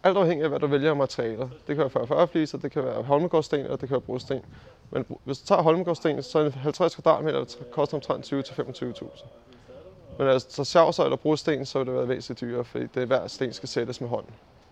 alt afhængig af, hvad du vælger af materialer. Det kan være 40 fliser, det kan være Holmegaardsten, og det kan være brosten. Men hvis du tager Holmegaardsten, så er en 50 kvadratmeter, der koster omtrent 20 til 25.000. Men altså, så sjavsøjle og brosten, så vil det være væsentligt dyrere, fordi det hver sten skal sættes med hånd.